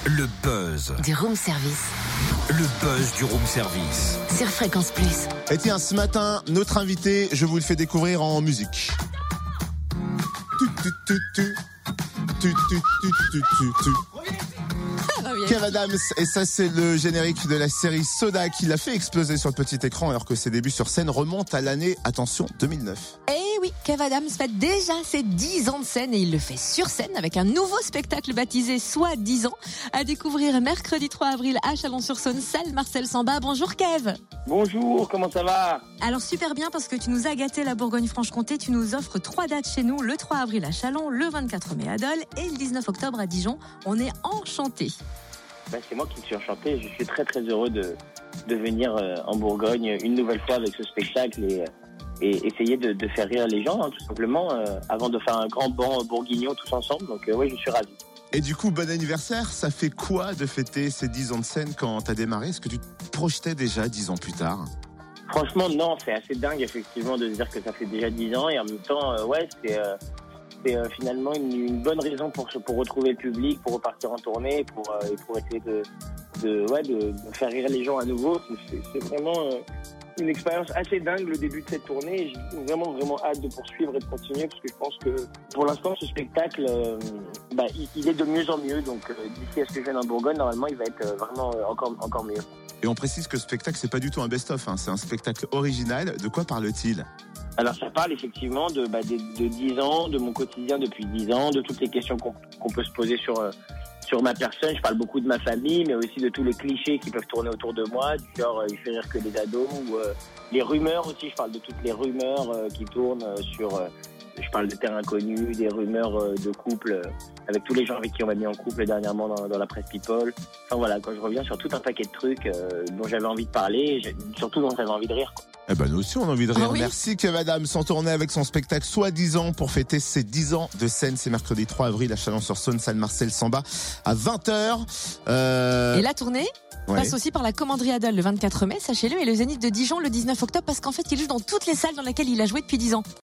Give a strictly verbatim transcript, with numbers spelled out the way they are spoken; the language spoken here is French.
Le buzz Du room service. Le buzz du room service. Sur Fréquence Plus. Et tiens, ce matin, notre invité, je vous le fais découvrir en musique. Tu, tu, tu, tu. Tu, tu, tu, tu, tu, tu. Kev Adams, et ça c'est le générique de la série Soda qui l'a fait exploser sur le petit écran alors que ses débuts sur scène remontent à l'année, attention, deux mille neuf. Eh oui, Kev Adams fête déjà ses dix ans de scène et il le fait sur scène avec un nouveau spectacle baptisé Soit dix ans à découvrir mercredi trois avril à Chalon-sur-Saône, salle Marcel Samba. Bonjour Kev. Bonjour, comment ça va? Alors super bien parce que tu nous as gâté la Bourgogne-Franche-Comté, tu nous offres trois dates chez nous, le trois avril à Chalon, le vingt-quatre mai à Dole et le dix-neuf octobre à Dijon. On est enchantés. Ben, c'est moi qui suis enchanté, je suis très très heureux de, de venir euh, en Bourgogne une nouvelle fois avec ce spectacle et, et essayer de, de faire rire les gens, hein, tout simplement, euh, avant de faire un grand banc bourguignon tous ensemble, donc euh, oui, je suis ravi. Et du coup, bon anniversaire, ça fait quoi de fêter ces dix ans de scène quand t'as démarré? Est-ce que tu te projetais déjà dix ans plus tard? Franchement, non, c'est assez dingue effectivement de se dire que ça fait déjà dix ans et en même temps, euh, ouais, c'est... Euh, C'est euh, finalement une, une bonne raison pour, pour retrouver le public, pour repartir en tournée, pour, euh, pour essayer de, de, ouais, de, de faire rire les gens à nouveau. C'est, c'est vraiment euh, une expérience assez dingue le début de cette tournée. J'ai vraiment vraiment hâte de poursuivre et de continuer parce que je pense que pour l'instant ce spectacle, euh, bah, il, il est de mieux en mieux. Donc euh, d'ici à ce que je vienne en Bourgogne, normalement il va être euh, vraiment euh, encore, encore mieux. Et on précise que ce spectacle, c'est pas du tout un best-of, hein, c'est un spectacle original. De quoi parle-t-il? Alors ça parle effectivement de, bah, de, de dix ans, de mon quotidien depuis dix ans, de toutes les questions qu'on, qu'on peut se poser sur, euh, sur ma personne. Je parle beaucoup de ma famille, mais aussi de tous les clichés qui peuvent tourner autour de moi, du genre euh, il fait rire que les ados, ou euh, les rumeurs aussi, je parle de toutes les rumeurs euh, qui tournent euh, sur... Euh, je parle de terrain inconnu, des rumeurs euh, de couple, euh, avec tous les gens avec qui on m'a mis en couple dernièrement dans, dans la presse People. Enfin voilà, quand je reviens sur tout un paquet de trucs euh, dont j'avais envie de parler, surtout dont j'avais envie de rire, quoi. Eh ben nous aussi on a envie de rire. Ah oui. Merci Kev Adams, en tournée avec son spectacle Soit dix ans pour fêter ses dix ans de scène. C'est mercredi trois avril à Chalon-sur-Saône, salle Marcel Samba à vingt heures. Euh... Et la tournée ouais. passe aussi par la Commanderie à Dole le vingt-quatre mai, sachez-le, et le Zénith de Dijon le dix-neuf octobre parce qu'en fait il joue dans toutes les salles dans lesquelles il a joué depuis dix ans.